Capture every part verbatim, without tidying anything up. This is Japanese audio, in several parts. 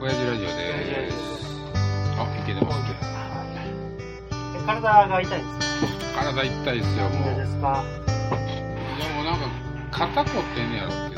親父ラジオでーす。あ、いけてますね。 え、体が痛いんですか？ 体痛いですよ、もう。 何ですか？ でもなんか、肩凝ってんねやろって。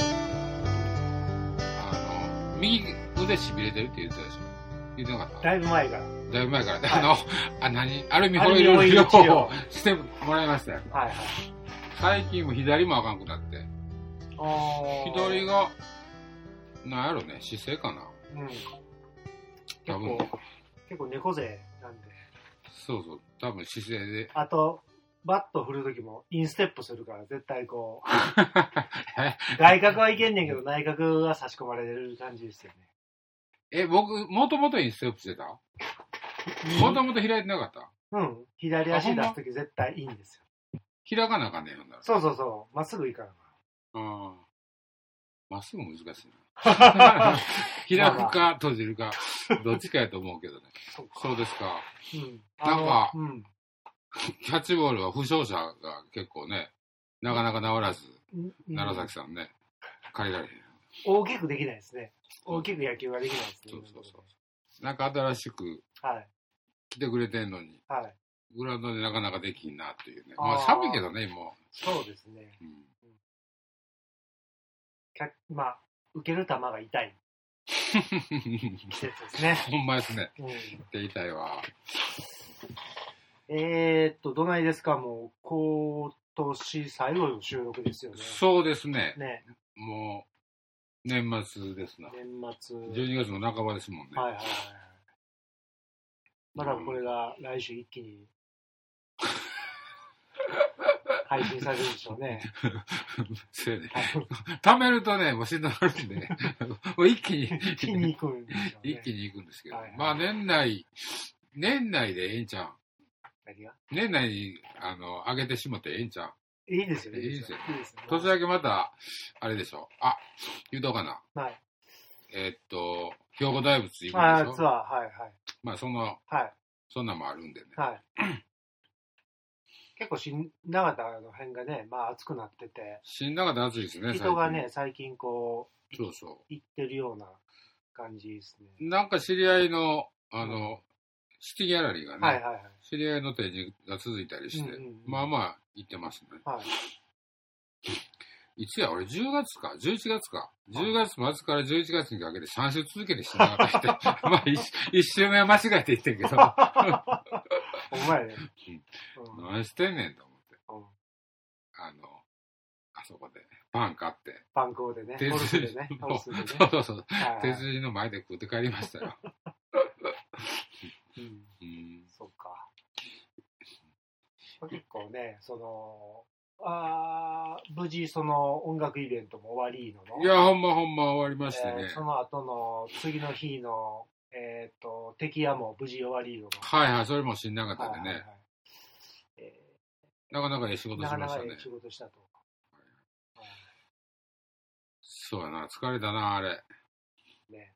あの、右腕痺れてるって言ってたでしょ。言ってなかった？ だいぶ前から。 だいぶ前から。 はい、 あの、あ、何アルミホイル療法してもらいましたよ。 はいはい。 最近も左もあかんくなって。左が、なんやろね、姿勢かな。 うん。 多分。 結構、結構猫背なんで。 そうそう、多分姿勢で。 あと、バット振るときもインステップするから絶対こう、外角はいけんねんけど内角が差し込まれてる感じですよね。 え、僕、もともとインステップしてた？もともと開いてなかった？ うん。左足出すとき絶対いいんですよ。 開かなあかんねん、ほんなら。 そうそうそう。まっすぐいかな。 ああ。まっすぐ難しいな。開くか閉じるか、どっちかやと思うけどね。そうそうですか。 うん。 なんか、 うん、 キャッチボールは負傷者が結構ね、なかなか治らず、 うん、 楢崎さんね、借りられへん。 大きくできないですね。大きく野球ができないですね。 そうそうそう。なんか新しく来てくれてんのに、 はい、 グラウンドでなかなかできんなっていうね。まあ寒いけどね、もう。 そうですね。うん、まあ、受ける球が痛い季節ですね。 ほんまですね。 うん、 手痛いわ。 えーっと、どないですか、もう、今年最後の収録ですよね。 そうですね。 ね。 もう、年末ですな。 年末。 じゅうにがつの半ばですもんね。 はいはいはい。まだこれが来週一気に配信されるでしょうね。 そうやね。貯めるとね、もうしんどくなるんで、もう一気に、 一気に行くんですよね。 一気に行くんですけど、 はいはい、 まあ年内、年内でええんちゃう？ 何が？ 年内に、あの、上げてしまってええんちゃう？ いいですよね。 いいですよ。 いいですよ。 年明けまた、あれでしょ。あ、言うとかな。 はい。 えー、っと、兵庫大仏行くんでしょ。 ああ、ツアー、はいはい。 まあその、 はい。 そんなんもあるんでね。 はい。結構新長田の辺がね、まあ暑くなってて。 新長田暑いですね、 人がね、最近こう、そうそう。 行ってるような感じですね。 なんか知り合いの、あの、うん、シティギャラリーがね、 はいはいはい、 知り合いの展示が続いたりして、うんうんうん、まあまあ行ってますね。はい。いつや、俺じゅうがつか、じゅういちがつか。じゅうがつ末からじゅういちがつにかけてさん週続けて新長田行って、まあいち週目は間違えて行ってんけど。 お前ね、 うん。何してんねんと思って。うん、あの、あそこでパン買って。 パン粉でね。 手筋でね。そうそうそう。手筋の前で食って帰りましたよ。 うん、うん、そうか。結構ね、その、あ無事その音楽イベントも終わりのの。 いや、ほんまほんま終わりましてね。 えー、その後の次の日の、えっ、ー、と、敵屋も無事終わりの。 はいはい、それも新長田でね。はいはいはい、 えー、なかなかいい仕事しましたね。 なかなかいい仕事したと。 はいはい、そうやな、疲れたな、あれ。ね、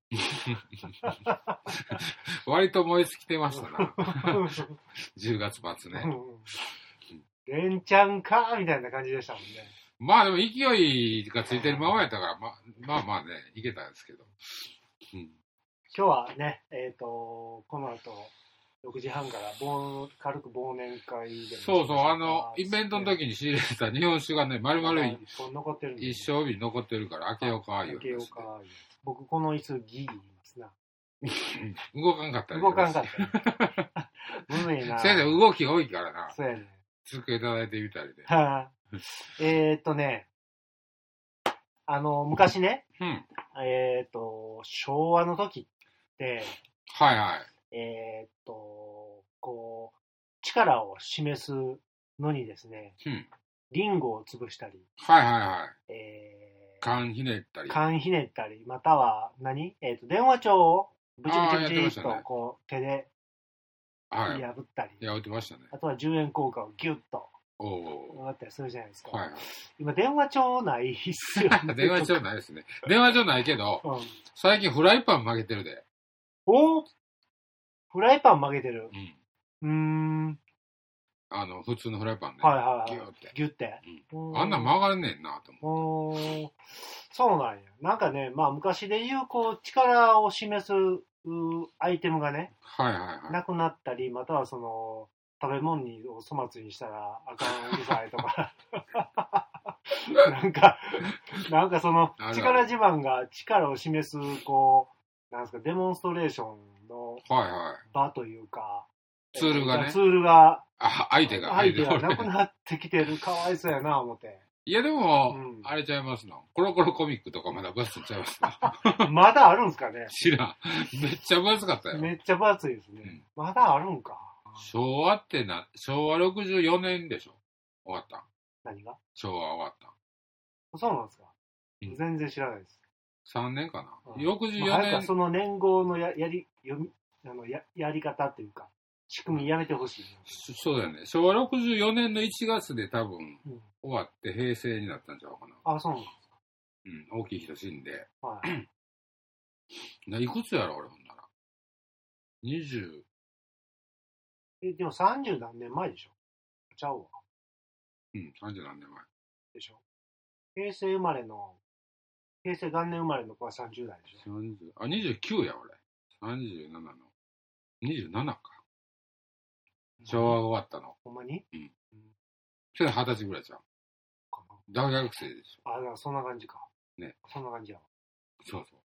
割と燃え尽きてましたな。じゅうがつ末ね。 レンチャンかーみたいな感じでしたもんね。 まあでも勢いがついてるままやったから、まあ、まあまあね、いけたんですけど。 うん、今日はね、えっ、ー、と、この後、ろくじはんから忘軽く忘年会で。 そうそう、あの、イベントの時に仕入れた日本酒がね、丸々一生日残ってるから、開けようか、 開けようか。僕、この椅子、ギー言いますな。 動かんかった動かんかった。むずいな。 先生、動きが多いからな。 そうやね。 つけいただいてみたりで。 はえーっとね、あの、昔ね、うん、えーっと、昭和の時って、 はいはい。 えーっと、こう、力を示すのにですね、うん、リンゴを潰したり、 はいはいはい。 えー、缶ひねったり。 缶ひねったり、または何、えーっと、電話帳をブチブチブチっとこう、手で破ったり、 はい、破ってましたね。 あとはじゅうえん硬貨をギュッと。おだったりするじゃないですか。はいはい、今、電話帳ないっすよ、ね。 電話帳ないですね。電話帳ないけど、うん、最近フライパン曲げてるで。 おフライパン曲げてる。うん。うーん。 あの、普通のフライパンね。 はいはいはい。 ギュッて。 ギュッて。 うん、あんなん曲がんねんなと思って。 そうなんや。 なんかね、まあ昔で言う、こう、力を示すアイテムがね、 はいはいはい。 なくなったり、またはその、食べ物にを粗末にしたらあかんうるさいとか、なんか、なんかその、力自慢が力を示す、こう、なんですか、デモンストレーションの場というか、はいはい、 ツールがね。 ツールが、 あ、相手が。 相手がなくなってきてる、かわいそうやな、思って。 いやでも、うん、あれちゃいますの。コロコロコミックとかまだ分厚いちゃいますの。まだあるんすかね。 知らん。めっちゃ分厚かったよ。 めっちゃ分厚いですね。うん、まだあるんか。 昭和ってな、昭和ろくじゅうよねんでしょ終わった。 何が昭和終わった。 そうなんですか、うん、全然知らないです。 さんねんかな、 うん、 ろくじゅうよねん。 まあ、その年号のややり読みあの や, やり方っていうか、仕組みやめてほしい、 うん。そうだよね。昭和ろくじゅうよねんのいちがつで多分、うん、終わって平成になったんちゃうかな。 あ、そうなんですか。 うん、大きい人死んで。 はい。 いくつやろ、俺ほんなら。にじゅう。 え、でもさんじゅう何年前でしょ。ちゃうわ。 うん、さんじゅう何年前。 でしょ。平成生まれの、平成元年生まれの子はさんじゅう代でしょ。 さんじゅう、あ、にじゅうきゅうや、俺。さんじゅうななの。にじゅうななか。昭和が終わったの。 ほんまに？ うん。それはたちぐらいじゃん。かな。大学生でしょ。 あ、だからそんな感じか。 ね。 そんな感じやわ。 そうそう。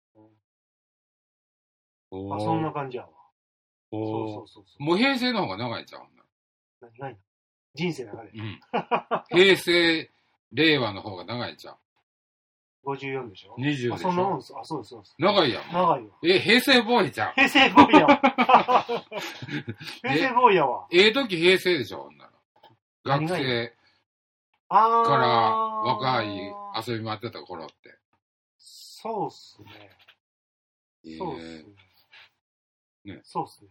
うん、あ、そんな感じやわ。 そうそうそうそう。もう平成の方が長いんちゃう？ 何がいいの？人生の中で。 うん。平成、令和の方が長いんちゃう？ ごじゅうよんでしょ？ にじゅうでしょ？ あ、そんなもんです。あ、そうです、そうです。 長いやん。 長いよ。 え、平成ボーイじゃん。 平成ボーイやわ。平成ボーイやわ。 ええ時平成でしょ？なら学生から若い遊び回ってた頃って。 そうっすね。そうっすね。ね。そうっすね。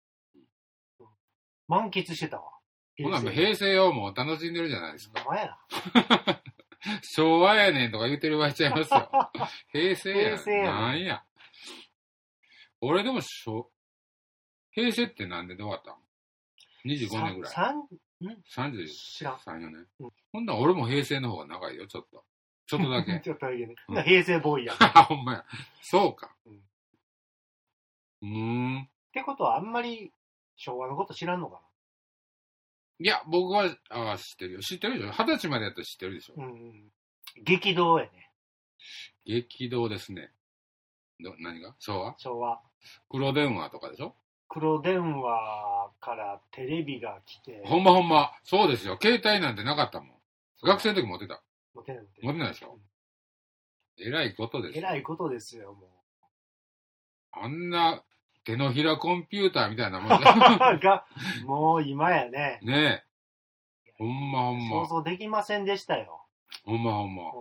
満喫してたわ。 ほな、平成をもう楽しんでるじゃないですか。 お前や。 昭和やねんとか言ってる場合ちゃいますよ。平成や。 平成や。 なんや。俺でもしょ、平成って何年で終わったの？ にじゅうご 年ぐらい。さん、さんじゅうさん、よねん。うん、ほんなら俺も平成の方が長いよ、ちょっと。ちょっとだけ。 ちょっとだけね。うん、平成ボーイや。 ほんまや。そうか。うん。うーん。 ってことはあんまり昭和のこと知らんのかな？ いや、僕は、ああ、知ってるよ。知ってるでしょ。二十歳までやったら知ってるでしょ。 うん。激動やね。 激動ですね。ど、何が？昭和？ 昭和。 黒電話とかでしょ？ 黒電話からテレビが来て。 ほんまほんま。そうですよ。携帯なんてなかったもん。学生の時持ってた。 持ってない。 持ってないでしょ？うん、えらいことですよ。 えらいことですよ、もう。 あんな手のひらコンピューターみたいなもんが、もう今やね。 ねえ。ほんまほんま。 想像できませんでしたよ。 ほんまほんま。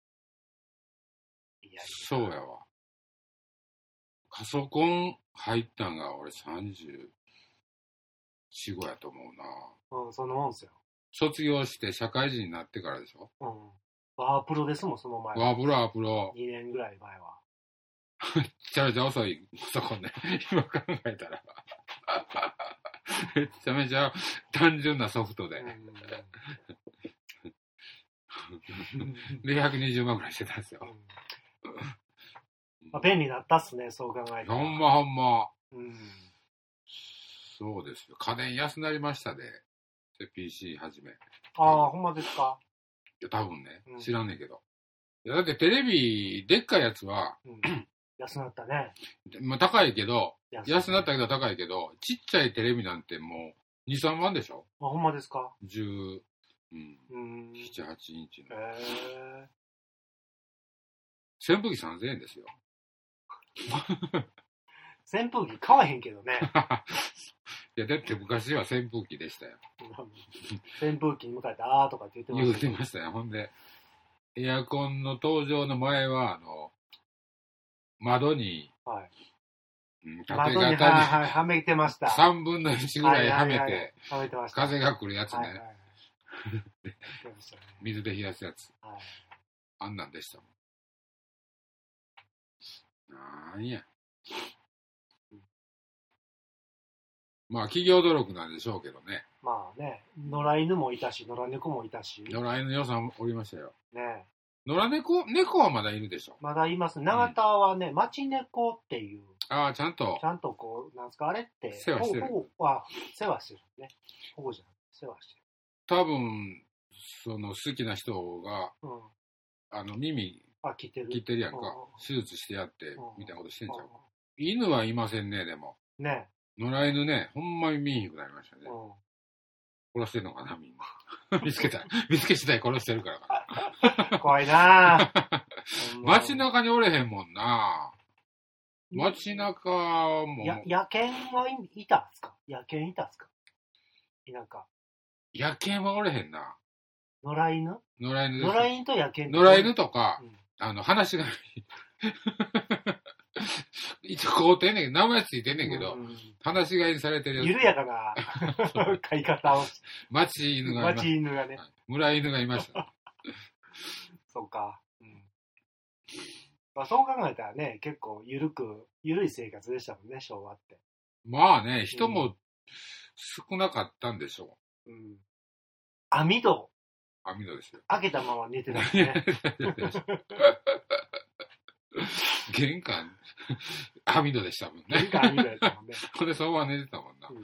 いやいやそうやわ。パソコン入ったんが俺さんじゅうよん、ごやと思うな。うん、そんなもんすよ。 卒業して社会人になってからでしょ？ うん。ワープロですもん、その前。 ワープロ、ワープロ。 にねんぐらい前は。 めっちゃめちゃ遅いパソコンね。今考えたら。めちゃめちゃ単純なソフトで。で、ひゃくにじゅうまんぐらいしてたんですよ。 うんまあ、便利になったっすね、そう考えたら。 ほんまほんま。 うん、 そうですよ。家電安なりましたで。ピーシー はじめ。 ああ、ほんまですか？ いや、多分ね。知らんねんけど。いやだってテレビ、でっかいやつは、 うん、安なったね。 まあ高いけど、安なったけど高いけど、ちっちゃいテレビなんてもうに、さんまんでしょ？ あ、ほんまですか？ じゅう、うん。 うん。 なな、はちインチの。 へえ。 扇風機さんぜんえんですよ。 扇風機買わへんけどね。 いや、だって昔は扇風機でしたよ。 扇風機に向かってあーとかって言ってました、 言ってましたよ。ほんで、エアコンの登場の前は、あの、窓に、 はい、 うん、 縦型に、はいはい、はめてました。 さんぶんのいちぐらいはめて、はいはいはい、 はめてました。 風が来るやつね。はいはいはい、 水で冷やすやつ。 はい、 あんなんでしたもん。なんや。まあ、企業努力なんでしょうけどね。 まあね、野良犬もいたし、野良猫もいたし。 野良犬予算おりましたよ。 ね野良猫、猫はまだいるでしょ。 まだいます。長田はね、うん、町猫っていう。 ああ、ちゃんと。 ちゃんとこう、なんですか、あれって。 世話してる。 保護は、世話してるね。保護じゃない。世話してる。 多分、その好きな人が、うん、あの、耳、 あ、切ってる。 切ってるやんか。うん、手術してやって、みたいなことしてんちゃうか。うん、犬はいませんね、でも。 ね。 野良犬ね、ほんまに見えへんくなりましたね。うん、殺してんのかな、みんな。見つけたい。見つけ次第殺してるからかな。 怖いなぁ。 街中におれへんもんなぁ。街中も。 や、野犬はいたんすか？野犬いたんすか？田舎。 野犬はおれへんな。 野良犬？ 野良犬です。 野良犬と野犬。 野良犬とか、うん、あの、話がいい。一応こうてんねんけど、名前ついてんねんけど、うんうん、話し飼いにされてるやつ。 緩やかな飼い方を。 町犬がいました。 町犬がね。 はい、村犬がいました。 そうか。うん、まあ、そう考えたらね、結構緩く、緩い生活でしたもんね、昭和って。 まあね、人も少なかったんでしょう。うん、 網戸。 網戸ですよ。 開けたまま寝てたもんね。 玄関、網戸でしたもんね。 玄関網戸やったもんね。 これそのまま寝てたもんな。うん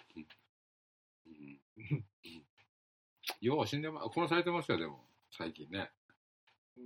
うん、よう死んでま、殺されてますよ、でも、最近ね。うん、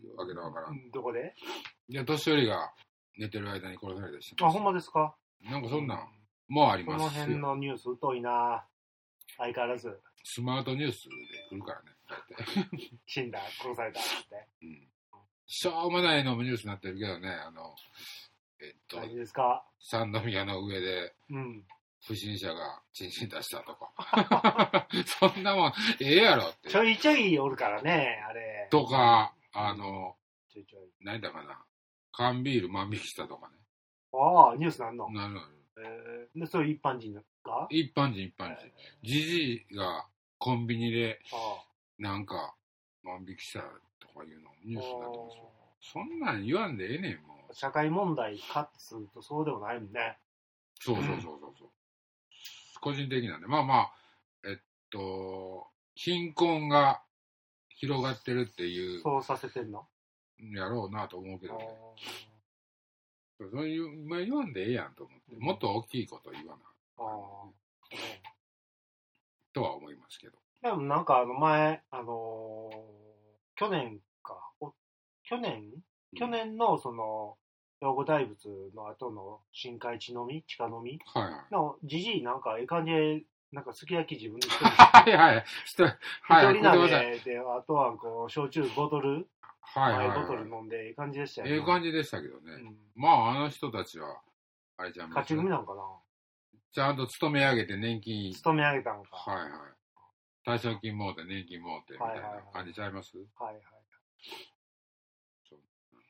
わけのわからん。 どこで？ いや、年寄りが寝てる間に殺されたりしてます。あ、ほんまですか？ なんかそんなん、もうありますよ。 この辺のニュース疎いな相変わらず。 スマートニュースで来るからね。 死んだ、殺されたって。うん。 しょうもないのもニュースになってるけどね、あの、えっと、 何ですか？ 三宮の上で、うん、不審者がチンチン出したとか。そんなもん、ええやろって。 ちょいちょいおるからね、あれ。 とか、あの、ちょいちょい何だかな、缶ビール万引きしたとかね。 ああ、ニュースなんの？ なるなる。 えー、で、そういう一般人が？ 一般人、一般人。じじいがコンビニで、なんか、万引きしたとかいうのニュースになってますよ。そんなん言わんでええねん、もう。社会問題かっつうとそうでもないもんね。 そうそうそうそうそう。個人的なんで。まあまあ、えっと、貧困が広がってるっていう。 そうさせてんの？ やろうなと思うけどね。そういう、まあ言わんでええやんと思って。もっと大きいこと言わな。ああ。とは思いますけど。 でもなんかあの前、あのー、去年か、去年、うん、去年のその、養護大仏の後の深海地飲み、地下飲み、 はいはい、 のじじいなんかええ感じで、なんかすき焼き自分で作る。はいはい。一人、 はい、一人鍋で、あとはこう、焼酎ボトル、 はいはい、はい、 ボトル飲んでええ感じでしたよね。 ええ感じでしたけどね。うん、まああの人たちは、あれじゃん。 勝ち組なんかな。 ちゃんと勤め上げて年金。 勤め上げたのか。 はいはい。退職金もうて年金もうてみたいな感じちゃいます？ はいはい。 そう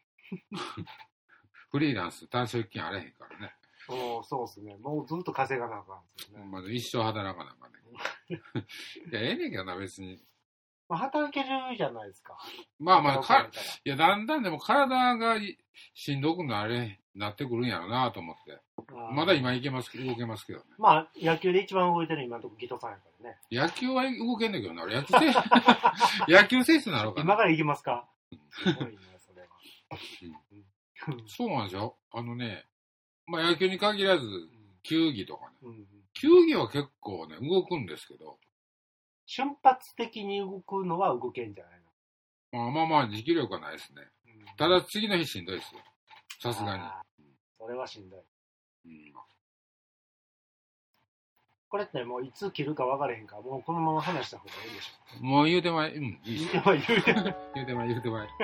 フリーランス退職金あれへんからね。 そうそうっすね。もうずっと稼がなあかんですよね。 まず一生働かなあかんねん。いや、ええねんけどな、別に。 まあ、働けるじゃないですか。 まあまあ、かいや、だんだんでも体がしんどくなれ、なってくるんやろなと思って。まだ今いけます、動けますけどね。 まあ、野球で一番動いてる今のところギトさんやからね。 野球は動けんねんけどな、俺野球選手、野球選手なのかな。 今からいけますか？すごいね、それは。 うん、そうなんですよ。あのね、まあ野球に限らず、球技とかね。うん、球技は結構ね、動くんですけど。 瞬発的に動くのは動けんじゃないの？まあまあまあ、持久力はないですね。うん、ただ次の日しんどいですよ。さすがに。 それはしんどい。うん、これってもういつ切るか分からへんから、もうこのまま話した方がいいでしょ。 もう言うてまい、うん、いいです。言うてまい、言うてまい。 言うてまい、言うてまい。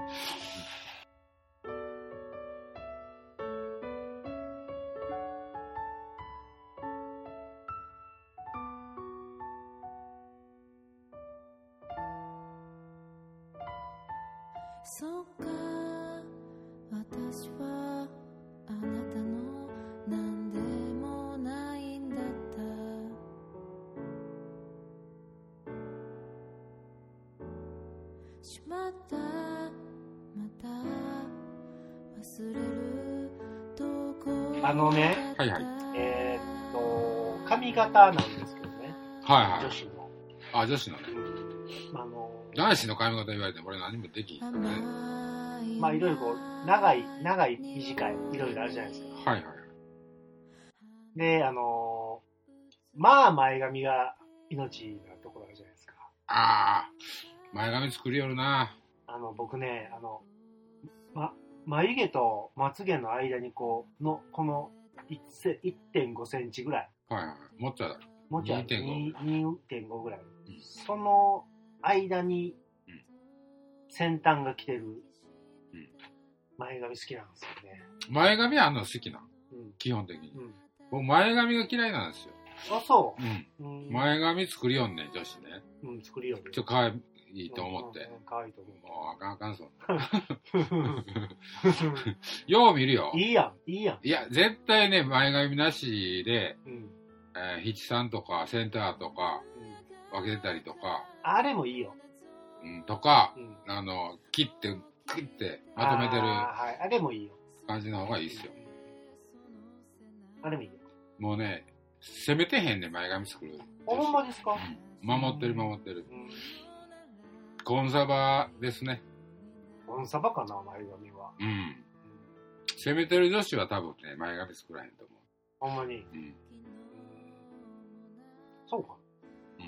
そうか、私はあなたの何でもないんだった。しまった、また忘れるとこ。 あのね、 はいはい。 えー、っと髪型なんですけどね。 はいはい。 女子の。 あ、女子のね。 うん、あの男子の髪型言われても俺何もできんね。 まあいろいろこう、長い、長い、短い、いろいろあるじゃないですか。 はいはい。 で、あのー、まあ前髪が命なところあるじゃないですか。 ああ、前髪作りよるな。 あの、僕ね、あの、ま、眉毛とまつげの間にこう、の、このいってんごセンチぐらい。 はいはい。もっちゃだ。 もっちゃにてんごにてんごぐらい。 うん、 その間に先端が来てる前髪好きなんですよね。 前髪あんの好きな、うん、基本的に、うん、僕前髪が嫌いなんですよ。 あ、そう、 うん、前髪作りよんねん女子ね。 うん、作りよんねん。 ちょっと可愛いと思って、 うんうん、可愛いと思う。 もうあかんあかんそうよう見るよ。 いいやんいいやん。 いや絶対ね前髪なしで、うん、えー、七三とかセンターとか、うん、分けてたりとか、 あれもいいよ、 うん、とか、うん、あの切ってクッてまとめてる、 あ、はい、あれもいいよ感じの方がいいっすよ、 うん、あれもいいよ。 もうね攻めてへんね前髪作る。 ほんまですか、 うん、守ってる守ってる、うん、コンサバですね。 コンサバかな前髪は。 うん、うん、攻めてる女子は多分ね前髪作らへんと思う。ほんまに、うん、そうか。うん。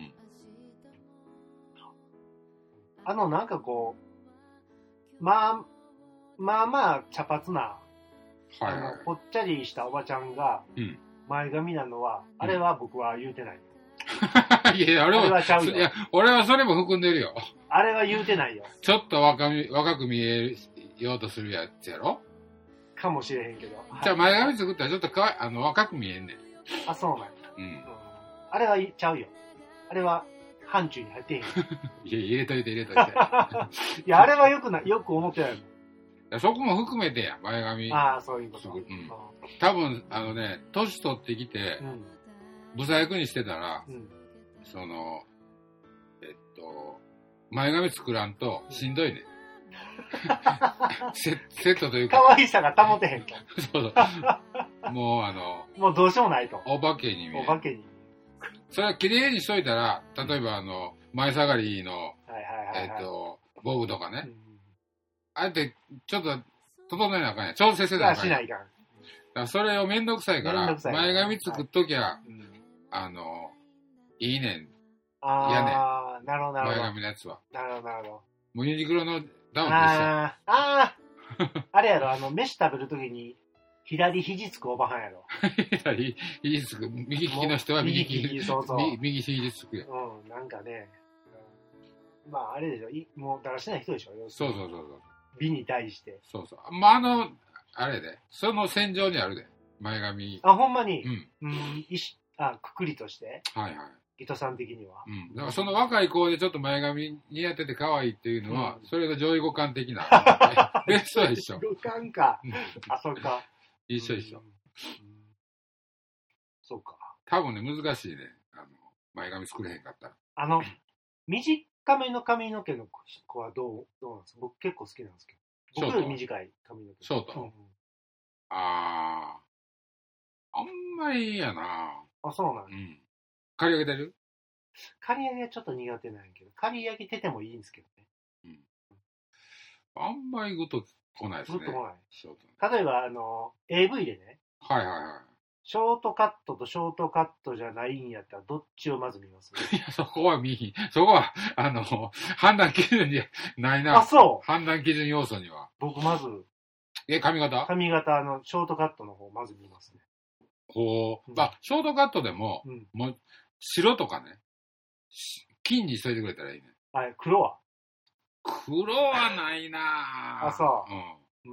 あの、なんかこう、まあ、まあまあ茶髪な、はいはい、あのぽっちゃりしたおばちゃんが前髪なのは、うん、あれは僕は言うてない。 いやいや、俺は、あれはちゃうよ。いや、俺はそれも含んでるよ。 あれは言うてないよ。 ちょっと若み若く見えようとするやつやろかもしれへんけど。 じゃあ前髪作ったらちょっとかわあの若く見えんねん。 あ、そうなんや。 うん。うん、 あれは言っちゃうよ。あれは範疇に入ってへん。いや、 入れといて入れといて。 いや、あれはよくない、よく思ってないもん。そこも含めてや、前髪。 ああ、そういうこと。 うん。多分、あのね、年取ってきて、うん、ブサイクにしてたら、うん、その、えっと、前髪作らんとしんどいね。セ, セットというか。 可愛さが保てへんと。 そうそう。もうあの、 もうどうしようもないと。 お化けに見える。 お化けに。 それは綺麗にしといたら、例えばあの、前下がりの、えっと、ボブとかね。うん、あえて、ちょっと、整えなあかんや。調整せなあかんや。 しないかん。だからそれをめんどくさいから、前髪作っときゃ、はい、あの、いいねん。 ああ、やねん。なるほど、なるほど。 前髪のやつは。 なるほど、なるほど。 もうユニクロのダウンと一緒。 ああ、ああ、あれやろ、あの、飯食べるときに、左肘つくおばはんやろ。 左肘つく。右利きの人は右利き。そうそう。右肘つくや。 うん、なんかね。うん、まあ、あれでしょ。いもう、だらしない人でしょ。 そうそうそうそう。 美に対して。 そうそう。まあ、あの、あれで。その線上にあるで。前髪。 あ、ほんまに。 うん。 うん、いし、あ、くくりとして。 はいはい。 糸さん的には。 うん。だからその若い子でちょっと前髪似合ってて可愛いっていうのは、うん、それが上位互換的な。ベストは一緒。 互換か。あ、そうか。 一緒一緒。うん、 そうか。 多分ね、難しいね。あの、前髪作れへんかったら。 あの、短めの髪の毛の子はどう、どうなんですか？僕結構好きなんですけど。僕より短い髪の毛。 ショート、うん、あー。あんまりやな。 あ、そうなんです、うん。刈り上げてる？ 刈り上げはちょっと苦手なんやけど、刈り上げててもいいんですけどね。 うん。あんまりグッと来ないですね。 グッと来ない。 ショート、 ね、例えば、あの、エーブイ でね。 はいはいはい。 ショートカットとショートカットじゃないんやったら、どっちをまず見ます？ いや、そこは見ひん。そこは、あの、判断基準にないな。 あ、そう。 判断基準要素には。 僕まず。 え、髪型？ 髪型のショートカットの方まず見ますね。 こう、うん、あ、ショートカットでも、うん、もう、白とかね、金にしといてくれたらいいね。 はい、黒は？ 黒はないなぁ。 あ、そう。うん。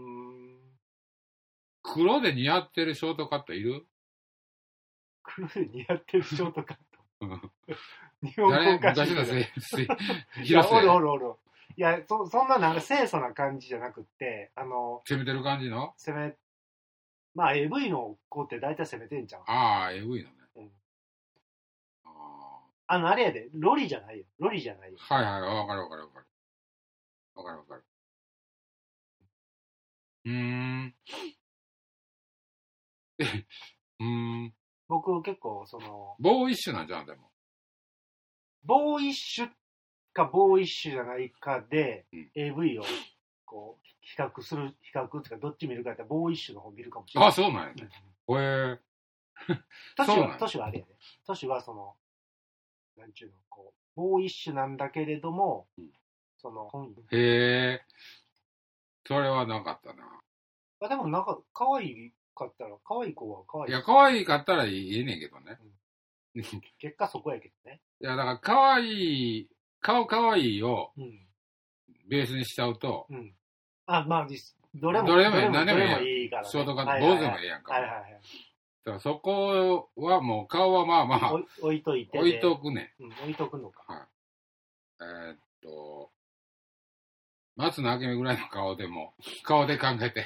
うーん。黒で似合ってるショートカットいる？ 黒で似合ってるショートカット。 うん。 日本語おかしい。 昔のせい、 いや、おるおるおる。いや、そ、そんななんか清楚な感じじゃなくって、あの、 攻めてる感じの？ 攻め、まあ エーブイ の子って大体攻めてんじゃん。 ああ、エーブイ のね。うん。 ああ。あの、あれやで、ロリじゃないよ。ロリじゃないよ。 はいはい、わかるわかるわかる。わかるわかる。うーん。うーん。 僕結構、その、 ボーイッシュなんじゃん、でも。 ボーイッシュっかボーイッシュじゃないかで、 うん、 エーブイ をこう比較する、比較っていうかどっち見るかってボーイッシュの方見るかもしれない。 あ、そうなんやね。へ、うん、えー。 都市は、都市はあれやね。都市はその、なんちゅうの、こう、ボーイッシュなんだけれども、うん、その本意。 へえ。それはなかったな。 あ、でもなんか、可愛かったら、可愛い子は可愛い。 いや、可愛かったらいいねんけどね。 うん、結果そこやけどね。 いや、だから可愛い、顔可愛いを、ベースにしちゃうと、 うんうん、あ、まあ、どれも、 どれもいい、何でもいいやん。 いいからね、 ショートカット、坊主でもいいやんか。 はいはいはい。 だからそこはもう顔はまあまあ、 置いといて。 置いとくね。 うん、置いとくのか。 はい。えー、っと、松野明美ぐらいの顔でも、顔で考えて。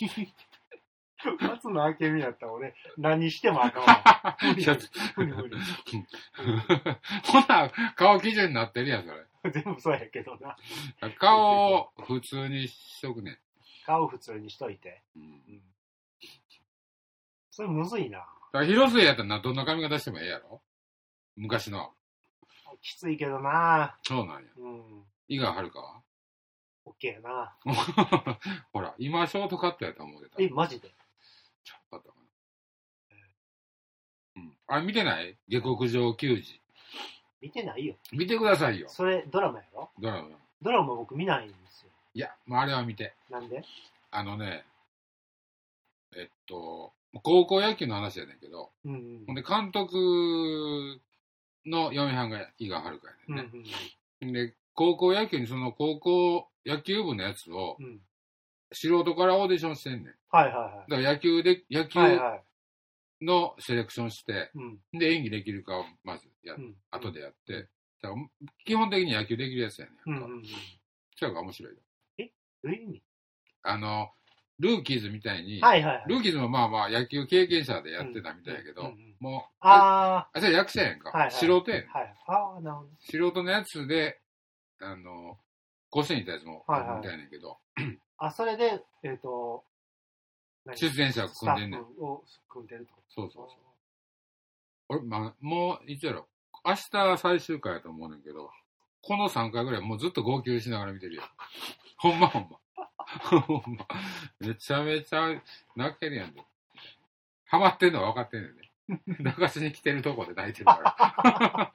松野明美やったら俺、何してもあかんわ。無理無理無理。 ほな、顔基準になってるやん、それ。全部そうやけどな。 顔を普通にしとくね。 顔普通にしといて。うんうん、それむずいな。 だから広末やったらどんな髪型してもええやろ、昔の。 きついけどな。 そうなんや。うん。井川遥はオッケーやな。 ほら、今ショートカットやと思うてた。 え、マジでちょっとかな。うん。あれ見てない？下克上球児。 見てないよ。 見てくださいよ。 それ、ドラマやろ？ ドラマ。 ドラマ僕見ないんですよ。 いや、まあ、あれは見て。 なんで？ あのね、えっと、高校野球の話やねんけど、うんうん、ほんで監督の嫁はんが井川遥やねんね。うんうん、で、高校野球にその高校野球部のやつを、うん、素人からオーディションしてんねん。 はいはいはい。 だから野球で、野球のセレクションして、はいはい、で、演技できるかをまずや、うん、後でやって、だから基本的に野球できるやつやねん。うんうんうん、それが面白いよ。 え？どういう意味？ あの、ルーキーズみたいに、 はいはいはい、 ルーキーズもまあまあ野球経験者でやってたみたいやけど、うんうんうん、もう、 ああ、それ役者やんか。はいはい、素人やん。 はい、ああ、なるほど。 素人のやつで、あの、甲子園行ったやつもあるみたいねんけど、はいはい、 あ、それで、えっ、ー、と、 出演者を組んでんねん。 を組んでると。 そうそうそう。俺、まあ、もう、いつやろ。明日最終回やと思うねんけど、このさんかいぐらいもうずっと号泣しながら見てるよ。ほんまほんま。ほんま。めちゃめちゃ泣けるやんで。ハマってんのは分かってんねんね。泣かしに来てるとこで泣いてるから。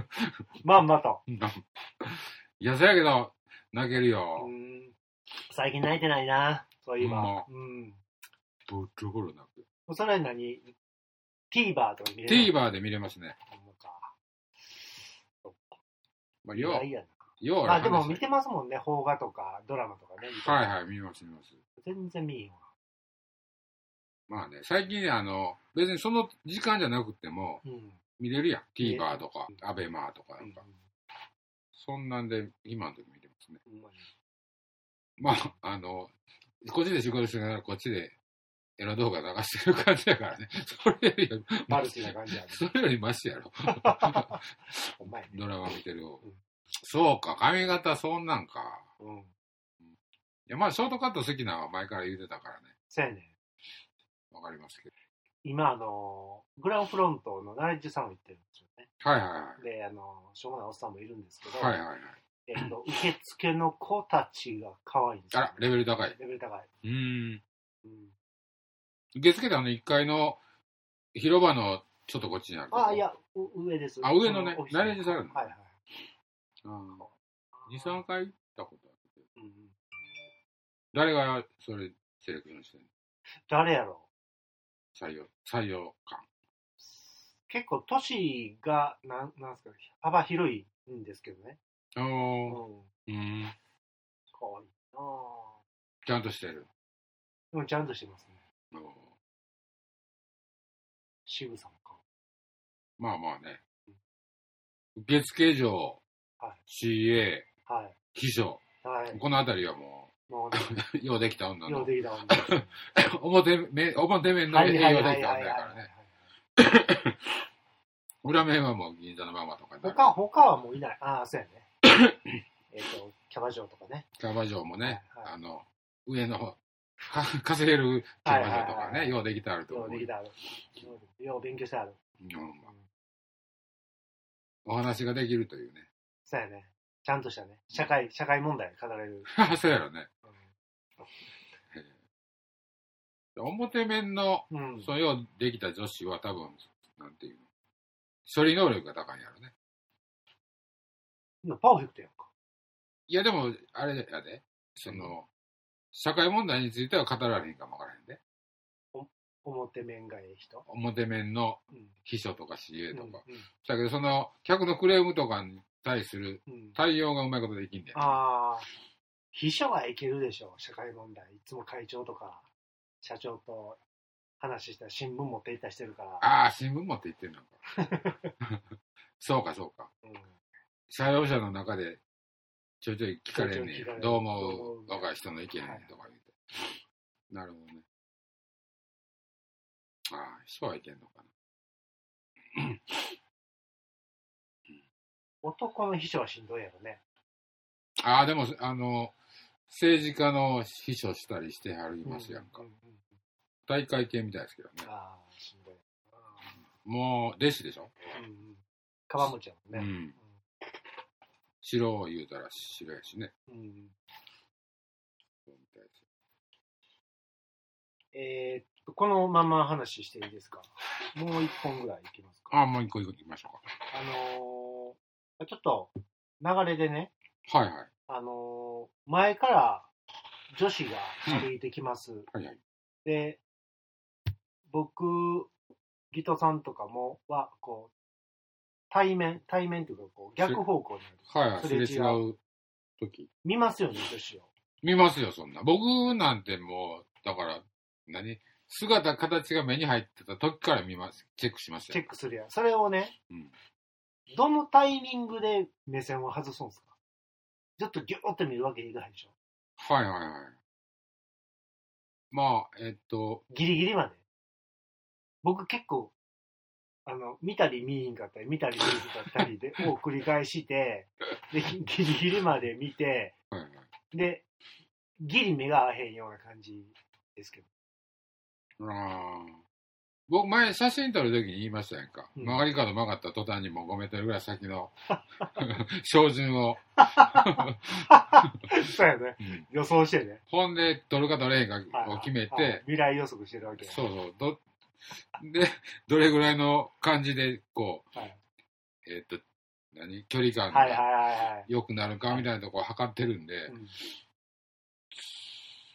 まんまと。 いや、そうやけど、泣けるよ。 うん最近泣いてないな、そういえば。 うん。ボロボロ泣く。 それは何？ TVer とか見れる？ TVer で見れますね。まあ、よう。 ようまあでも見てますもんね、邦画とかドラマとかね。 はいはい、見ます見ます。 全然見えへんわ。 まあね、最近あの、別にその時間じゃなくても、うん、見れるやん。TVer とか、アベマとかなんか。うん、そんなんで、今の時見てますね。うん、まあ、あの、こっちで仕事しながらこっちでエロ動画流してる感じやからね。それより、 マルチな感じやね。 それよりマシやろ。 お前ね。 ドラマ見てるよ。うん、そうか、髪型そんなんか。うん。いや、まあ、ショートカット好きなのは前から言うてたからね。 そうやね。 わかりますけど。 今、あの、グランフロントのナレッジさんを言ってるんですよね。 はいはいはい。 で、あの、しょうもないおっさんもいるんですけど、 はいはいはい。 えっと、受付の子たちが可愛いんですよ、ね。 あら、レベル高い。 レベル高い。 うーん。うん、受付ってあのいっかいの広場のちょっとこっちにある。 あ、いや、上です。 あ、上のね、ナレッジさんあるの。 はいはい。 に、さんかい行ったことある、うん。誰がそれセレクションしてるの？ 誰やろ採用、採用感。 結構都市が、なん、なんすか、幅広いんですけどね。 ああ。うん。うん。 かわいいなぁ。 ちゃんとしてる。 うん、ちゃんとしてますね。渋さもか。 まあまあね。受付嬢、はい、シーエー、はい、秘書、はい、このあたりはもう、もうようできた女の。 ようできた女。 表面、表面のようできた女やからね。裏面はもう銀座のママとか。 他、他はもういない。ああ、そうやね。えっと、キャバ嬢とかね。 キャバ嬢もね、はいはい、あの、上の方、稼げるキャバ嬢とかね、ようできてあると思う。 ようできてある。よう勉強してある。うん、 お話ができるというね。 そうやね。ちゃんとしたね。社会、社会問題語れる。 そうやろね。うん、表面の、うん、そうようできた女子は多分、なんていうの。処理能力が高いんやろね。 パーフェクトやんか。 いやでも、あれやで、その、社会問題については語られへんかもわからへんで。 表面がええ人表面の秘書とか シーエー とか。 うんうん、 だけど、その、客のクレームとかに対する対応がうまいことできんねん。 うん、ああ、秘書はいけるでしょ、社会問題。いつも会長とか、社長と話したら新聞持って行ったりしてるから。 ああ、新聞持って行ってるのか。そうか、そうか。うん、社用車の中でちょいちょい聞かれんねん。どう思う若い人の意見とか言って。はい、なるほどね。ああ、人はいけんのかな。 男の秘書はしんどいやろね。 ああ、でも、あの、政治家の秘書したりしてはりますやんか。うんうんうん、大会系みたいですけどね。ああ、しんどい。もう、弟子でしょ。うんうん。 川持ちやもんね。うん。 白を言うたら白やしね。うん。そうみたいです。 えー、っと、このまま話していいですか？もう一本ぐらいいきますか？ ああ、もう一個いきましょうか。 あのー、ちょっと流れでね。 はいはい。 あのー、前から女子が歩いてきます。うん、はいはい。で、僕、ギトさんとかもは、こう、対面、対面というか、こう、逆方向にある。はいはい、すれ違う時。 見ますよね、女子を。 見ますよ、そんな。僕なんてもう、だから、何姿、形が目に入ってた時から見ます。チェックしますよ。 チェックするやん。それをね、うん、どのタイミングで目線を外すんですか？ちょっとギューって見るわけいかへんでしょ。 はいはいはい。まあ、えっと。 ギリギリまで。僕結構、あの、見たり見えんかったり、見たり見えんかったりで、を繰り返して、で、ギリギリまで見て、はいはい、で、ギリ目が合わへんような感じですけど。 ああ。僕前写真撮るときに言いましたやんか。うん、曲がり角曲がった途端にもうごメートルぐらい先の照準をそうやね、うん、予想してね。 ほんで撮るか撮れへんかを決めて、はいはいはい、 未来予測してるわけや。 そうそう。どで、どれぐらいの感じでこう、はい、えー、っと、何距離感が良くなるかみたいなところを測ってるんで、はいはいはいはい、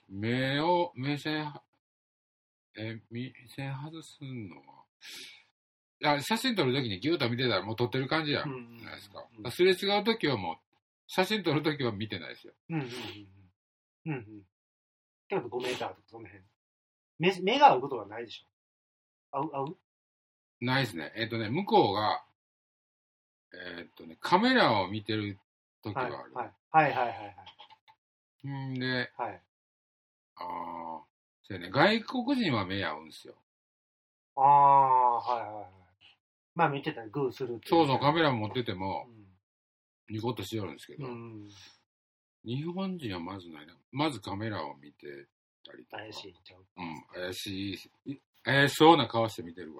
目を、目線、え、目線外すのは、いや、写真撮るときにギューッと見てたらもう撮ってる感じじゃないですか。うんうんうん、すれ違うときはもう、写真撮るときは見てないですよ。うんうんうん。 うんうん。けどごメーターとかその辺。目、目が合うことはないでしょ。合う合うないですね。えっ、ー、とね、向こうが、えっ、ー、とね、カメラを見てるときはある、 はい。はいはいはいはい。 んで、はい、ああ、そうね、外国人は目合うんですよ。 ああ、はいはいはい。まあ見てたらグーするって。 そうそう、カメラ持ってても、うん、ニコッとしよるんですけど、うん、日本人はまずないな。まずカメラを見てたりとか。 怪しいんちゃう？ うん、怪しい。怪しそうな顔して見てるわ。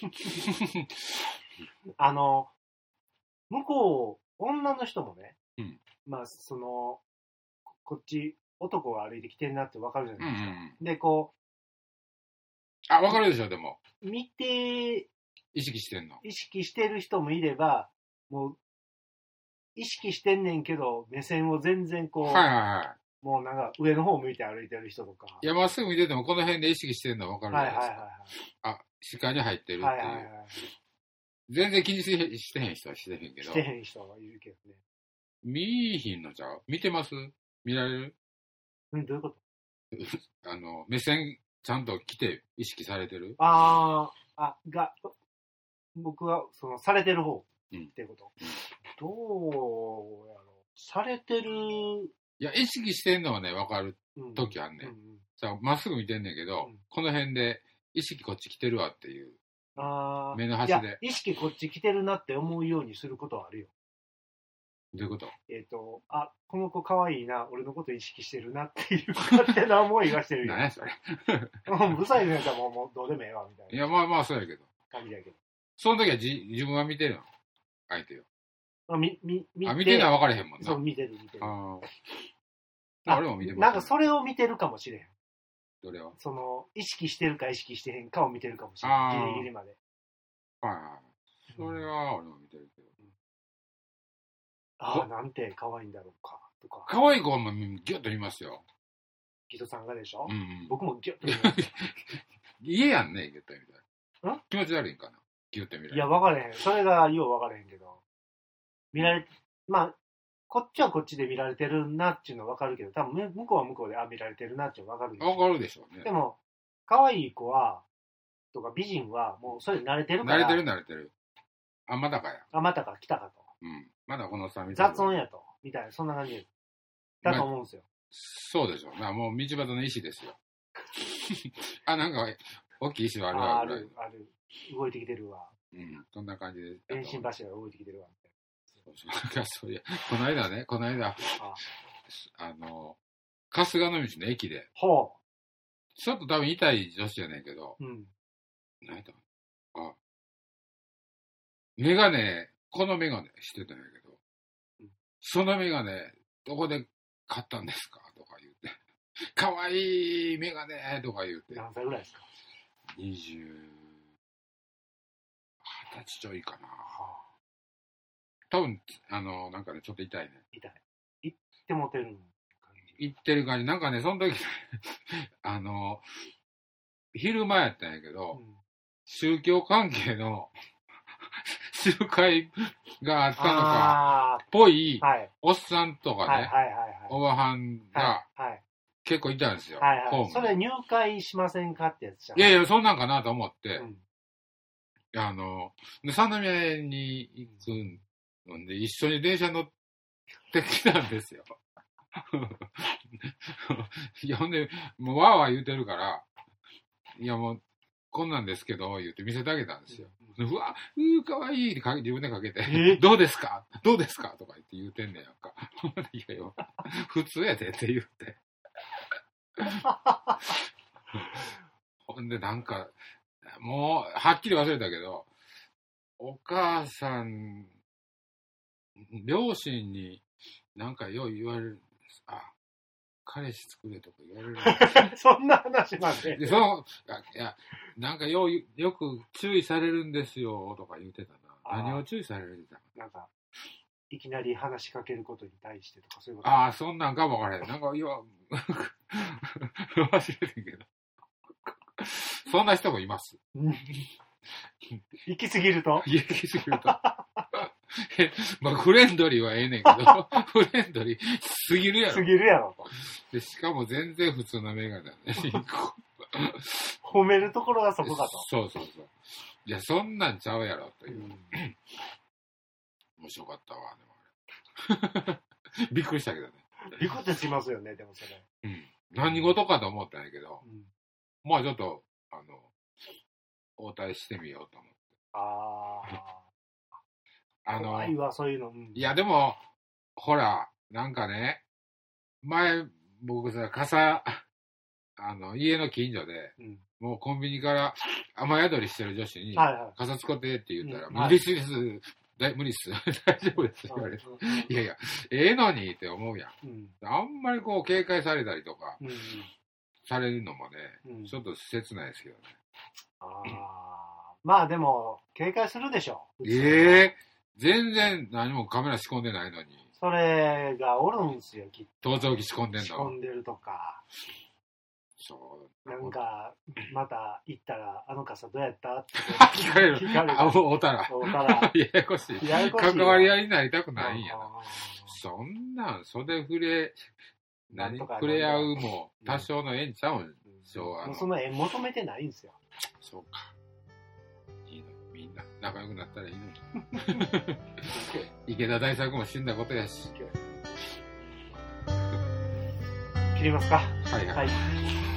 あの、向こう、女の人もね、うん、まあその、こっち、男が歩いてきてるなって分かるじゃないですか。うんうん、で、こう。あ、分かるでしょ、でも。 見て、 意識してんの。 意識してる人もいれば、もう、意識してんねんけど、目線を全然こう、はいはいはい、もうなんか上の方向いて歩いてる人とか。 いや、まっすぐ見ててもこの辺で意識してるの分かるじゃないですか。はいはいはいはい、あ、視界に入ってるっていう。はいはいはい、全然気にしてへん人はしてへんけど。 してへん人はいるけどね。 見いひんのちゃう？見てます？見られる？ うん、どういうこと？ あの、目線ちゃんと来て意識されてる？ ああ、あ、が、僕は、その、されてる方っていうこと。うん、どうやろう。されてる。 いや、意識してんのはね、わかる時あんねん。うんうん、さあ、まっすぐ見てんねんけど、うん、この辺で意識こっち来てるわっていう。ああ。目の端で。 いや、意識こっち来てるなって思うようにすることはあるよ。 どういうこと？ えっ、ー、と、あ、この子かわいいな、俺のこと意識してるなっていう勝手な思いがしてるよ。 何やそれ。 ブサイクのやつはもう、もうどうでもええわ、みたいな。 いや、まあまあそうやけど。 感じやけど。 その時はじ自分は見てるの？相手よ。 あみみ見てあ、見てるのは分かれへんもんな。 そう、見てる見てる。 ああ。俺も見てます、ね。 なんかそれを見てるかもしれへん。 どれをその、意識してるか意識してへんかを見てるかもしれない。ギリギリまで。 はいはい。それは俺も見てるけど。うん、 ああ、なんて可愛いんだろうか。とか。 可愛い子もギュッと見ますよ。 ギトさんがでしょ、 うんうん、 僕もギュッと見ます。 家やんね、ギュッと見たら。 ん気持ち悪いんかなギュッと見られる。 いや、分かれへん。それがよう分かれへんけど。見られ、まあ、こっちはこっちで見られてるなっていうのは分かるけど、多分向こうは向こうで、あ、見られてるなっていうのは分かるでしょ。 分かるでしょうね。 でも、可愛い子は、とか美人は、もうそれ慣れてるから。 慣れてる慣れてる。あ、まだかや。 あ、またか来たかと。 うん。まだこのさんみたいな。雑音やと。みたいな、そんな感じだと思うんですよ。 そうでしょう。まあ、もう道端の石ですよ。あ、なんか、大きい石はあるわ。 ある、ある。動いてきてるわ。 うん、そんな感じで。 電信柱が動いてきてるわ。 そうそう。そういや、この間ね、この間、あ, あの、春日の道の駅で、 ほう。 ちょっと多分痛い女子やねんけど、 うん。 何やったかなあ、メガネ、このメガネしてたんやけど、うん、そのメガネ、どこで買ったんですかとか言って、かわいいメガネとか言って。 何歳ぐらいですか？ にじゅう、はたちちょいかな。はあ、多分、あの、なんかね、ちょっと痛いね。 痛い。行ってもてるの感じ。行ってる感じ。なんかね、その時、あの、昼間やったんやけど、うん、宗教関係の集会があったのか、ぽい、はい、おっさんとかね、はいはいはいはい、おばはんが、はいはい、結構いたんですよ。 はいはい、それ入会しませんかってやつじゃん。 いやいや、そんなんかなと思って、うん、あの、三宮に行くんで、一緒に電車乗ってきたんですよ。いや、ほんで、もうわーわー言うてるから、いやもう、こんなんですけど、言って見せてあげたんですよ。うん、うわ、うー、かわいいって自分でかけて、どうですかどうですかとか言って言うてんねんやんか。いやいや、普通やでって言って。ほんで、なんか、もう、はっきり忘れたけど、お母さん、両親になんかよう言われるんです。あ、彼氏作れとか言われるんです。 そんな話まで。 そのいや、なんかよう、よく注意されるんですよ、とか言ってたな。何を注意されるんだなんか、いきなり話しかけることに対してとかそういうこと。 ああ、そんなんかもわからへん。なんか、いや、忘れてんけど。そんな人もいます。 行き過ぎると行き過ぎると。まあ、フレンドリーはええねんけど、フレンドリーすぎるやろ。 すぎるやろと。 で、しかも全然普通のメガネだね。 褒めるところがそこかと。 そうそうそう。いや、そんなんちゃうやろ、という。うん、面白かったわ、でもあれ。びっくりしたけどね。 びっくりしますよね、でもそれ。 うん。何事かと思ったんやけど、うん、まあちょっと、あの、応対してみようと思って。 ああ。 あの、 怖いわ、そういうの。うん、 いや、でも、ほら、なんかね、前、僕さ、傘、あの、家の近所で、うん、もうコンビニから雨宿りしてる女子に、はいはい、傘使ってって言ったら、うん、無理です、はい、無理っす、大丈夫です、言われて。いやいや、ええのにって思うやん。うん、あんまりこう、警戒されたりとか、うんうん、されるのもね、うん、ちょっと切ないですけどね。 ああ、まあでも、警戒するでしょ。 ええー全然何もカメラ仕込んでないのに。 それがおるんすよ、きっと。 盗聴器仕込んでんの。 仕込んでるとか。そう。なんか、また行ったら、あの傘どうやったって聞かれる。聞かれる。あ、おたら。 おたら。 ややこしい。ややこしい。関わり合いになりたくないんやな。そんなん、袖触れ、何触れ合うも、多少の縁ちゃうん。 昭和の。その縁求めてないんですよ。 そうか。いいの、みんな。仲良くなったらいいのに。池田大作も死んだことやし。 切りますか。 はいはい。はい